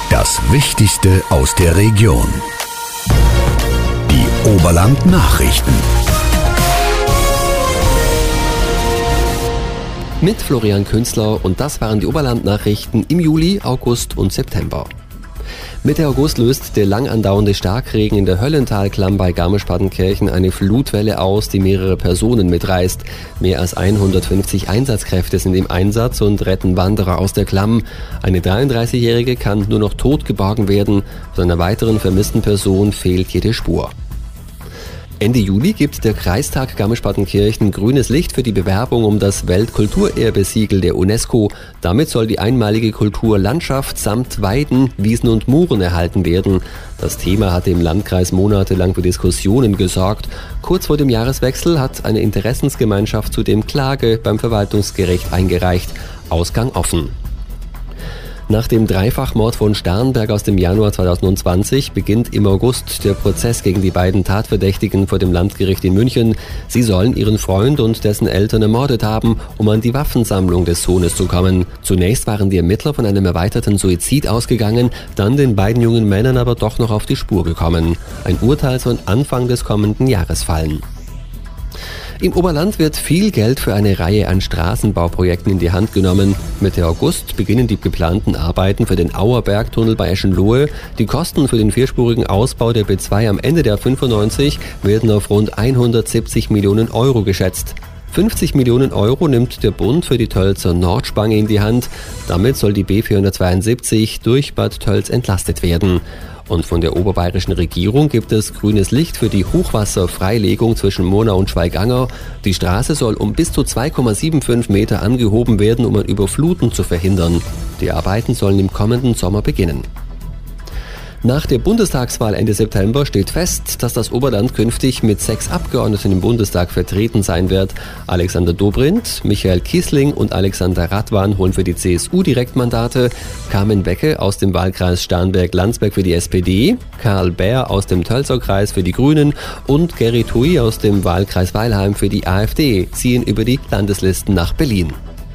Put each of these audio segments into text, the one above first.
Das Wichtigste aus der Region. Die Oberland-Nachrichten. Mit Florian Künzler, und das waren die Oberland-Nachrichten im Juli, August und September. Mitte August löst der lang andauernde Starkregen in der Höllentalklamm bei Garmisch-Partenkirchen eine Flutwelle aus, die mehrere Personen mitreißt. Mehr als 150 Einsatzkräfte sind im Einsatz und retten Wanderer aus der Klamm. Eine 33-Jährige kann nur noch tot geborgen werden. Von einer weiteren vermissten Person fehlt jede Spur. Ende Juli gibt der Kreistag Garmisch-Partenkirchen grünes Licht für die Bewerbung um das Weltkulturerbesiegel der UNESCO. Damit soll die einmalige Kulturlandschaft samt Weiden, Wiesen und Mooren erhalten werden. Das Thema hatte im Landkreis monatelang für Diskussionen gesorgt. Kurz vor dem Jahreswechsel hat eine Interessensgemeinschaft zudem Klage beim Verwaltungsgericht eingereicht. Ausgang offen. Nach dem Dreifachmord von Starnberg aus dem Januar 2020 beginnt im August der Prozess gegen die beiden Tatverdächtigen vor dem Landgericht in München. Sie sollen ihren Freund und dessen Eltern ermordet haben, um an die Waffensammlung des Sohnes zu kommen. Zunächst waren die Ermittler von einem erweiterten Suizid ausgegangen, dann den beiden jungen Männern aber doch noch auf die Spur gekommen. Ein Urteil soll Anfang des kommenden Jahres fallen. Im Oberland wird viel Geld für eine Reihe an Straßenbauprojekten in die Hand genommen. Mitte August beginnen die geplanten Arbeiten für den Auerbergtunnel bei Eschenlohe. Die Kosten für den vierspurigen Ausbau der B2 am Ende der A95 werden auf rund 170 Millionen Euro geschätzt. 50 Millionen Euro nimmt der Bund für die Tölzer Nordspange in die Hand. Damit soll die B472 durch Bad Tölz entlastet werden. Und von der oberbayerischen Regierung gibt es grünes Licht für die Hochwasserfreilegung zwischen Murnau und Schweiganger. Die Straße soll um bis zu 2,75 Meter angehoben werden, um ein Überfluten zu verhindern. Die Arbeiten sollen im kommenden Sommer beginnen. Nach der Bundestagswahl Ende September steht fest, dass das Oberland künftig mit 6 Abgeordneten im Bundestag vertreten sein wird. Alexander Dobrindt, Michael Kissling und Alexander Radwan holen für die CSU Direktmandate, Carmen Becke aus dem Wahlkreis Starnberg-Landsberg für die SPD, Karl Bär aus dem Tölzer Kreis für die Grünen und Gerrit Hui aus dem Wahlkreis Weilheim für die AfD ziehen über die Landeslisten nach Berlin.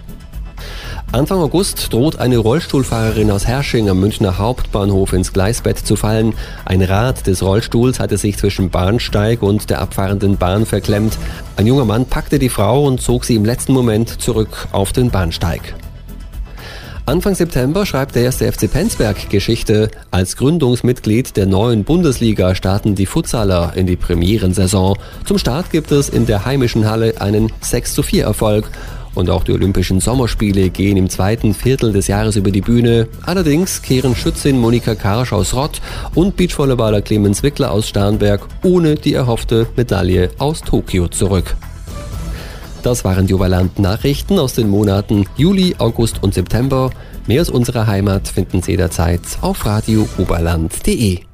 Anfang August droht eine Rollstuhlfahrerin aus Hersching am Münchner Hauptbahnhof ins Gleisbett zu fallen. Ein Rad des Rollstuhls hatte sich zwischen Bahnsteig und der abfahrenden Bahn verklemmt. Ein junger Mann packte die Frau und zog sie im letzten Moment zurück auf den Bahnsteig. Anfang September schreibt der 1. FC Penzberg Geschichte. Als Gründungsmitglied der neuen Bundesliga starten die Futsaler in die Premierensaison. Zum Start gibt es in der heimischen Halle einen 6:4 Erfolg. Und auch die Olympischen Sommerspiele gehen im zweiten Viertel des Jahres über die Bühne. Allerdings kehren Schützin Monika Karsch aus Rott und Beachvolleyballer Clemens Wickler aus Starnberg ohne die erhoffte Medaille aus Tokio zurück. Das waren die Oberland-Nachrichten aus den Monaten Juli, August und September. Mehr aus unserer Heimat finden Sie jederzeit auf radiooberland.de.